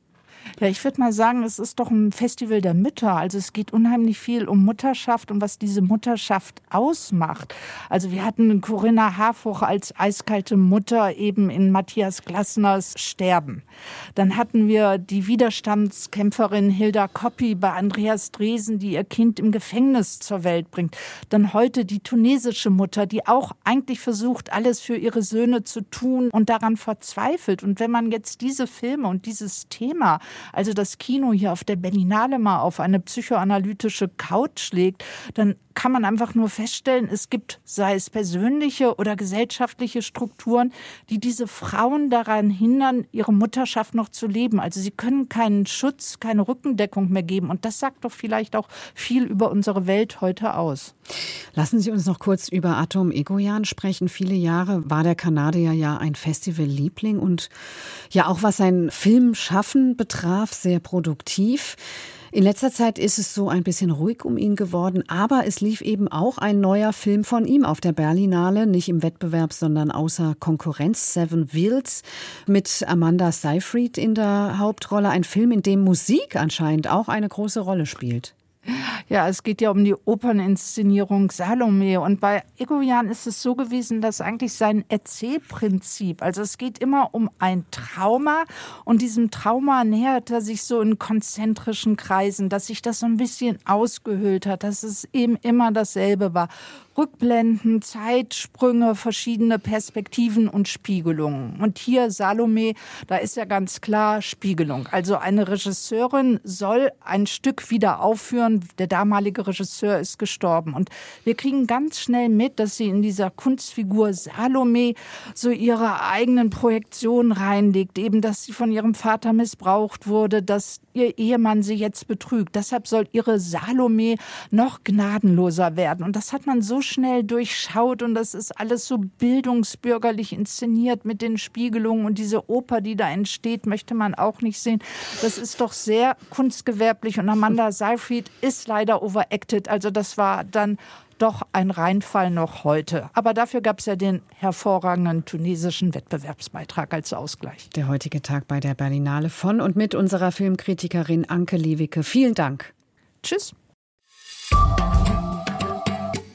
Ja, ich würde mal sagen, es ist doch ein Festival der Mütter. Also es geht unheimlich viel um Mutterschaft und was diese Mutterschaft ausmacht. Also wir hatten Corinna Harfouch als eiskalte Mutter eben in Matthias Glasners Sterben. Dann hatten wir die Widerstandskämpferin Hilda Koppi bei Andreas Dresen, die ihr Kind im Gefängnis zur Welt bringt. Dann heute die tunesische Mutter, die auch eigentlich versucht, alles für ihre Söhne zu tun und daran verzweifelt. Und wenn man jetzt diese Filme und dieses Thema, also das Kino hier auf der Berlinale mal auf eine psychoanalytische Couch legt, dann kann man einfach nur feststellen, es gibt, sei es persönliche oder gesellschaftliche Strukturen, die diese Frauen daran hindern, ihre Mutterschaft noch zu leben. Also sie können keinen Schutz, keine Rückendeckung mehr geben. Und das sagt doch vielleicht auch viel über unsere Welt heute aus. Lassen Sie uns noch kurz über Atom Egoyan sprechen. Viele Jahre war der Kanadier ja ein Festivalliebling und ja auch was sein Filmschaffen betraf, sehr produktiv. In letzter Zeit ist es so ein bisschen ruhig um ihn geworden, aber es lief eben auch ein neuer Film von ihm auf der Berlinale, nicht im Wettbewerb, sondern außer Konkurrenz, Seven Wheels, mit Amanda Seyfried in der Hauptrolle. Ein Film, in dem Musik anscheinend auch eine große Rolle spielt. Ja, es geht ja um die Operninszenierung Salome. Und bei Egoyan ist es so gewesen, dass eigentlich sein Erzählprinzip, also es geht immer um ein Trauma und diesem Trauma nähert er sich so in konzentrischen Kreisen, dass sich das so ein bisschen ausgehöhlt hat, dass es eben immer dasselbe war. Rückblenden, Zeitsprünge, verschiedene Perspektiven und Spiegelungen. Und hier Salome, da ist ja ganz klar Spiegelung. Also eine Regisseurin soll ein Stück wieder aufführen. Der damalige Regisseur ist gestorben. Und wir kriegen ganz schnell mit, dass sie in dieser Kunstfigur Salome so ihre eigenen Projektionen reinlegt. Eben, dass sie von ihrem Vater missbraucht wurde, dass ihr Ehemann sie jetzt betrügt. Deshalb soll ihre Salome noch gnadenloser werden. Und das hat man so schnell durchschaut und das ist alles so bildungsbürgerlich inszeniert mit den Spiegelungen und diese Oper, die da entsteht, möchte man auch nicht sehen. Das ist doch sehr kunstgewerblich und Amanda Seyfried ist leider overacted. Also das war dann doch ein Reinfall noch heute. Aber dafür gab es ja den hervorragenden tunesischen Wettbewerbsbeitrag als Ausgleich. Der heutige Tag bei der Berlinale von und mit unserer Filmkritikerin Anke Lewicke. Vielen Dank. Tschüss.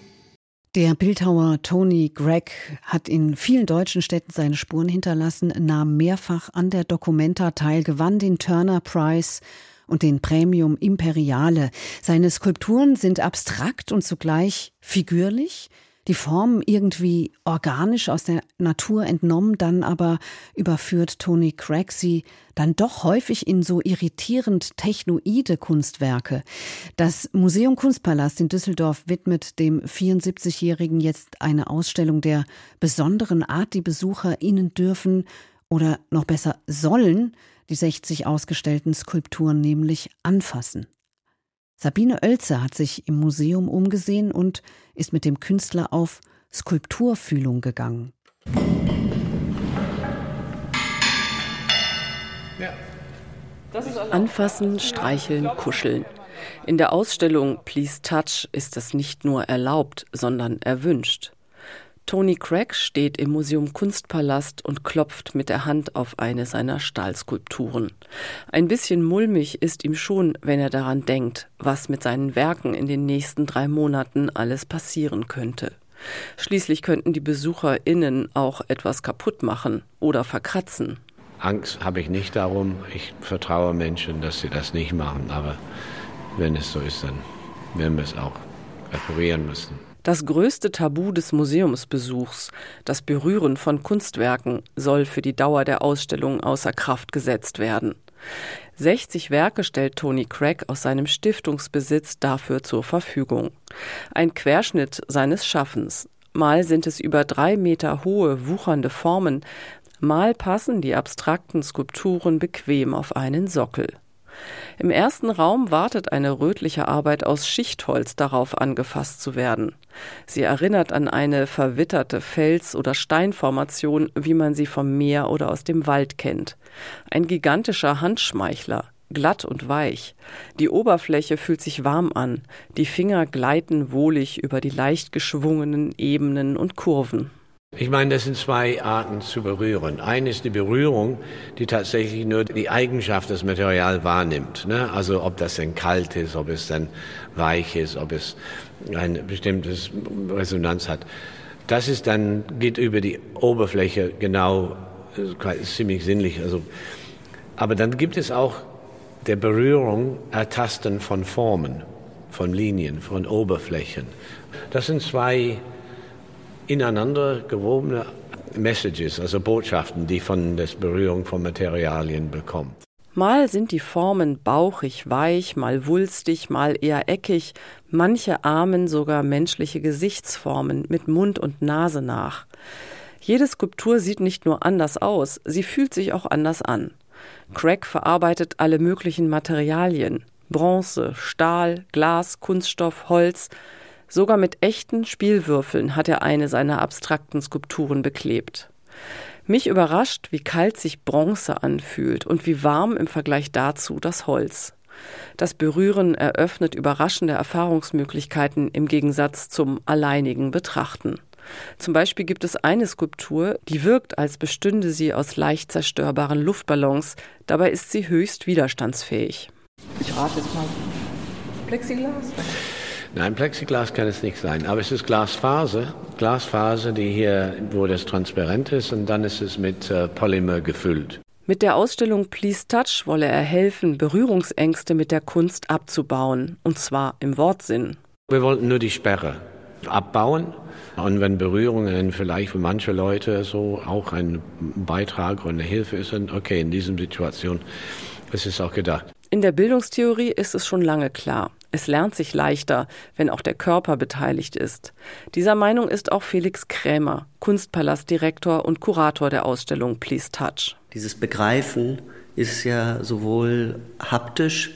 Der Bildhauer Tony Gregg hat in vielen deutschen Städten seine Spuren hinterlassen, nahm mehrfach an der Documenta teil, gewann den Turner Prize und den Premium Imperiale. Seine Skulpturen sind abstrakt und zugleich figürlich, die Formen irgendwie organisch aus der Natur entnommen, dann aber überführt Tony Gregg sie dann doch häufig in so irritierend technoide Kunstwerke. Das Museum Kunstpalast in Düsseldorf widmet dem vierundsiebzigjährigen jetzt eine Ausstellung der besonderen Art, die BesucherInnen dürfen oder noch besser sollen die sechzig ausgestellten Skulpturen nämlich anfassen. Sabine Oelze hat sich im Museum umgesehen und ist mit dem Künstler auf Skulpturfühlung gegangen. Anfassen, streicheln, kuscheln. In der Ausstellung Please Touch ist das nicht nur erlaubt, sondern erwünscht. Tony Gregg steht im Museum Kunstpalast und klopft mit der Hand auf eine seiner Stahlskulpturen. Ein bisschen mulmig ist ihm schon, wenn er daran denkt, was mit seinen Werken in den nächsten drei Monaten alles passieren könnte. Schließlich könnten die BesucherInnen auch etwas kaputt machen oder verkratzen. Angst habe ich nicht darum. Ich vertraue Menschen, dass sie das nicht machen. Aber wenn es so ist, dann werden wir es auch reparieren müssen. Das größte Tabu des Museumsbesuchs, das Berühren von Kunstwerken, soll für die Dauer der Ausstellung außer Kraft gesetzt werden. sechzig Werke stellt Tony Gregg aus seinem Stiftungsbesitz dafür zur Verfügung. Ein Querschnitt seines Schaffens. Mal sind es über drei Meter hohe, wuchernde Formen, mal passen die abstrakten Skulpturen bequem auf einen Sockel. Im ersten Raum wartet eine rötliche Arbeit aus Schichtholz darauf, angefasst zu werden. Sie erinnert an eine verwitterte Fels- oder Steinformation, wie man sie vom Meer oder aus dem Wald kennt. Ein gigantischer Handschmeichler, glatt und weich. Die Oberfläche fühlt sich warm an, die Finger gleiten wohlig über die leicht geschwungenen Ebenen und Kurven. Ich meine, das sind zwei Arten zu berühren. Eine ist die Berührung, die tatsächlich nur die Eigenschaft des Materials wahrnimmt. Ne? Also ob das denn kalt ist, ob es dann weich ist, ob es eine bestimmte Resonanz hat. Das ist dann, geht über die Oberfläche genau, ist ziemlich sinnlich. Also, aber dann gibt es auch der Berührung, Ertasten von Formen, von Linien, von Oberflächen. Das sind zwei ineinander gewobene Messages, also Botschaften, die von der Berührung von Materialien bekommt. Mal sind die Formen bauchig, weich, mal wulstig, mal eher eckig, manche ahmen sogar menschliche Gesichtsformen mit Mund und Nase nach. Jede Skulptur sieht nicht nur anders aus, sie fühlt sich auch anders an. Gregg verarbeitet alle möglichen Materialien, Bronze, Stahl, Glas, Kunststoff, Holz. Sogar mit echten Spielwürfeln hat er eine seiner abstrakten Skulpturen beklebt. Mich überrascht, wie kalt sich Bronze anfühlt und wie warm im Vergleich dazu das Holz. Das Berühren eröffnet überraschende Erfahrungsmöglichkeiten im Gegensatz zum alleinigen Betrachten. Zum Beispiel gibt es eine Skulptur, die wirkt, als bestünde sie aus leicht zerstörbaren Luftballons. Dabei ist sie höchst widerstandsfähig. Ich rate jetzt mal Plexiglas. Nein, Plexiglas kann es nicht sein, aber es ist Glasfaser, Glasfaser, die hier, wo das transparent ist, und dann ist es mit äh, Polymer gefüllt. Mit der Ausstellung Please Touch wolle er helfen, Berührungsängste mit der Kunst abzubauen, und zwar im Wortsinn. Wir wollten nur die Sperre abbauen, und wenn Berührungen vielleicht für manche Leute so auch ein Beitrag oder eine Hilfe ist, dann okay, in dieser Situation ist es auch gedacht. In der Bildungstheorie ist es schon lange klar. Es lernt sich leichter, wenn auch der Körper beteiligt ist. Dieser Meinung ist auch Felix Krämer, Kunstpalastdirektor und Kurator der Ausstellung Please Touch. Dieses Begreifen ist ja sowohl haptisch,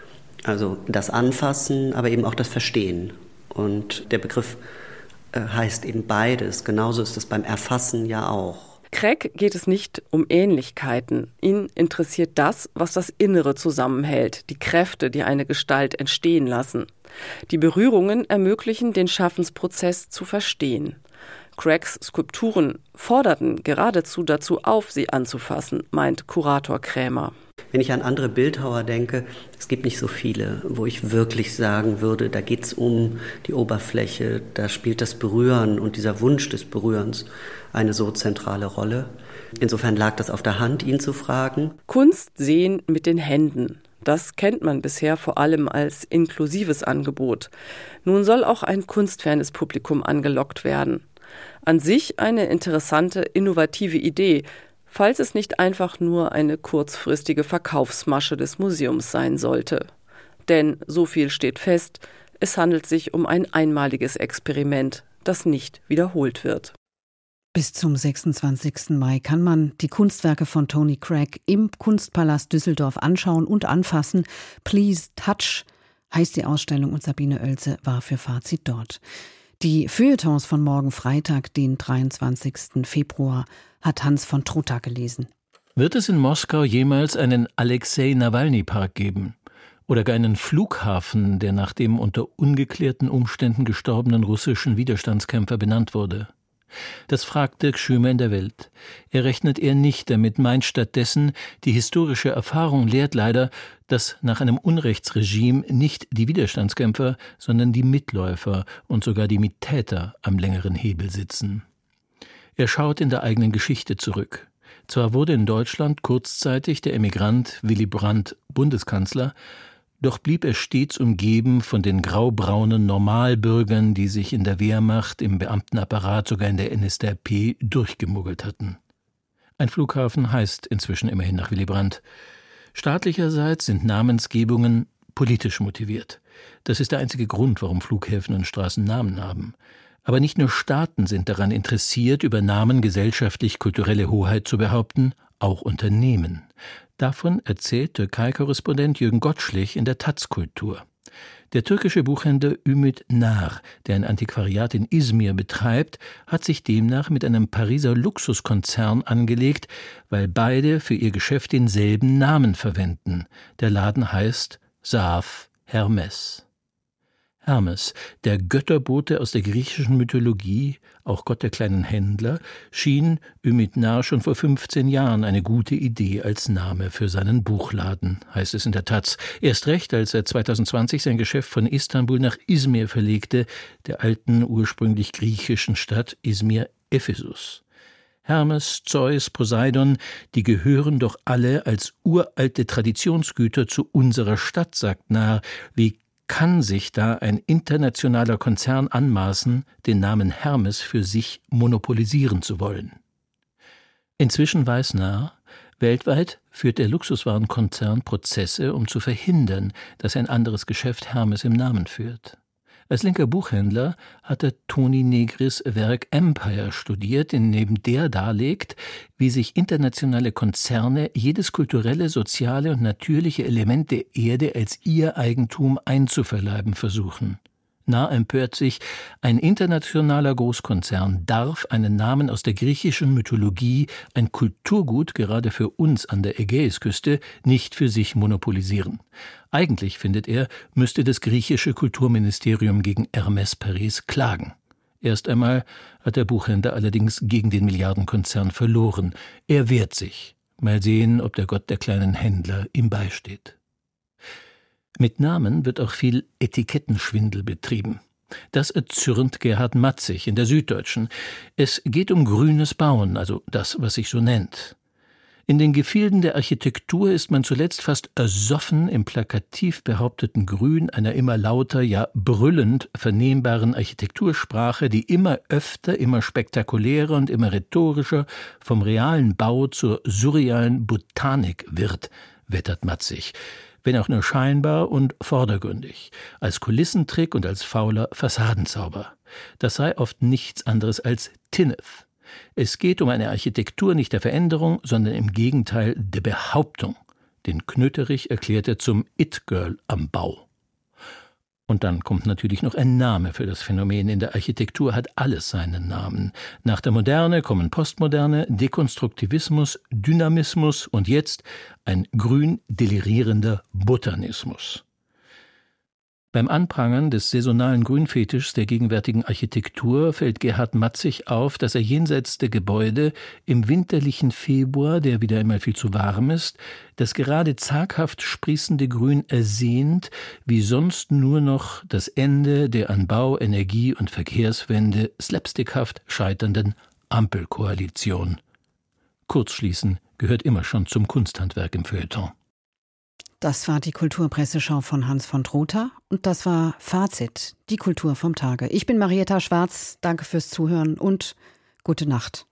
also das Anfassen, aber eben auch das Verstehen. Und der Begriff äh, heißt eben beides. Genauso ist es beim Erfassen ja auch. Gregg geht es nicht um Ähnlichkeiten. Ihn interessiert das, was das Innere zusammenhält, die Kräfte, die eine Gestalt entstehen lassen. Die Berührungen ermöglichen, den Schaffensprozess zu verstehen. Greggs Skulpturen forderten geradezu dazu auf, sie anzufassen, meint Kurator Krämer. Wenn ich an andere Bildhauer denke, es gibt nicht so viele, wo ich wirklich sagen würde, da geht es um die Oberfläche, da spielt das Berühren und dieser Wunsch des Berührens eine so zentrale Rolle. Insofern lag das auf der Hand, ihn zu fragen. Kunst sehen mit den Händen. Das kennt man bisher vor allem als inklusives Angebot. Nun soll auch ein kunstfernes Publikum angelockt werden. An sich eine interessante, innovative Idee, falls es nicht einfach nur eine kurzfristige Verkaufsmasche des Museums sein sollte. Denn so viel steht fest, es handelt sich um ein einmaliges Experiment, das nicht wiederholt wird. Bis zum sechsundzwanzigsten Mai kann man die Kunstwerke von Tony Craig im Kunstpalast Düsseldorf anschauen und anfassen. Please Touch heißt die Ausstellung und Sabine Oelze war für Fazit dort. Die Feuilletons von morgen Freitag, den dreiundzwanzigsten Februar, hat Hans von Trutta gelesen. Wird es in Moskau jemals einen Alexei-Nawalny-Park geben? Oder gar einen Flughafen, der nach dem unter ungeklärten Umständen gestorbenen russischen Widerstandskämpfer benannt wurde? Das fragt Dirk Schümer in der Welt. Er rechnet eher nicht damit, meint stattdessen, die historische Erfahrung lehrt leider, dass nach einem Unrechtsregime nicht die Widerstandskämpfer, sondern die Mitläufer und sogar die Mittäter am längeren Hebel sitzen. Er schaut in der eigenen Geschichte zurück. Zwar wurde in Deutschland kurzzeitig der Emigrant Willy Brandt Bundeskanzler, doch blieb er stets umgeben von den graubraunen Normalbürgern, die sich in der Wehrmacht, im Beamtenapparat, sogar in der N S D A P durchgemuggelt hatten. Ein Flughafen heißt inzwischen immerhin nach Willy Brandt. Staatlicherseits sind Namensgebungen politisch motiviert. Das ist der einzige Grund, warum Flughäfen und Straßen Namen haben. Aber nicht nur Staaten sind daran interessiert, über Namen gesellschaftlich-kulturelle Hoheit zu behaupten, auch Unternehmen. Davon erzählt Türkei-Korrespondent Jürgen Gottschlich in der Taz Kultur. Der türkische Buchhändler Ümit Nar, der ein Antiquariat in Izmir betreibt, hat sich demnach mit einem Pariser Luxuskonzern angelegt, weil beide für ihr Geschäft denselben Namen verwenden. Der Laden heißt Saaf Hermes. Hermes, der Götterbote aus der griechischen Mythologie, auch Gott der kleinen Händler, schien Ümit Nar schon vor fünfzehn Jahren eine gute Idee als Name für seinen Buchladen, heißt es in der Taz. Erst recht, als er zweitausendzwanzig sein Geschäft von Istanbul nach Izmir verlegte, der alten, ursprünglich griechischen Stadt Izmir-Ephesus. Hermes, Zeus, Poseidon, die gehören doch alle als uralte Traditionsgüter zu unserer Stadt, sagt Nar. Wie kann sich da ein internationaler Konzern anmaßen, den Namen Hermes für sich monopolisieren zu wollen? Inzwischen weiß Nar, weltweit führt der Luxuswarenkonzern Prozesse, um zu verhindern, dass ein anderes Geschäft Hermes im Namen führt. Als linker Buchhändler hat er Toni Negris Werk Empire studiert, in dem der darlegt, wie sich internationale Konzerne jedes kulturelle, soziale und natürliche Element der Erde als ihr Eigentum einzuverleiben versuchen. Nar empört sich, ein internationaler Großkonzern darf einen Namen aus der griechischen Mythologie, ein Kulturgut gerade für uns an der Ägäisküste, nicht für sich monopolisieren. Eigentlich, findet er, müsste das griechische Kulturministerium gegen Hermes Paris klagen. Erst einmal hat der Buchhändler allerdings gegen den Milliardenkonzern verloren. Er wehrt sich. Mal sehen, ob der Gott der kleinen Händler ihm beisteht. Mit Namen wird auch viel Etikettenschwindel betrieben. Das erzürnt Gerhard Matzig in der Süddeutschen. Es geht um grünes Bauen, also das, was sich so nennt. In den Gefilden der Architektur ist man zuletzt fast ersoffen im plakativ behaupteten Grün einer immer lauter, ja brüllend vernehmbaren Architektursprache, die immer öfter, immer spektakulärer und immer rhetorischer vom realen Bau zur surrealen Botanik wird, wettert Matzig. Wenn auch nur scheinbar und vordergründig, als Kulissentrick und als fauler Fassadenzauber. Das sei oft nichts anderes als Tinnef. Es geht um eine Architektur nicht der Veränderung, sondern im Gegenteil der Behauptung. Den Knöterich erklärt er zum It-Girl am Bau. Und dann kommt natürlich noch ein Name für das Phänomen. In der Architektur hat alles seinen Namen. Nach der Moderne kommen Postmoderne, Dekonstruktivismus, Dynamismus und jetzt ein grün delirierender Botanismus. Beim Anprangern des saisonalen Grünfetischs der gegenwärtigen Architektur fällt Gerhard Matzig auf, dass er jenseits der Gebäude im winterlichen Februar, der wieder einmal viel zu warm ist, das gerade zaghaft sprießende Grün ersehnt, wie sonst nur noch das Ende der an Bau, Energie und Verkehrswende slapstickhaft scheiternden Ampelkoalition. Kurzschließen gehört immer schon zum Kunsthandwerk im Feuilleton. Das war die Kulturpresseschau von Hans von Trotha und das war Fazit, die Kultur vom Tage. Ich bin Marietta Schwarz, danke fürs Zuhören und gute Nacht.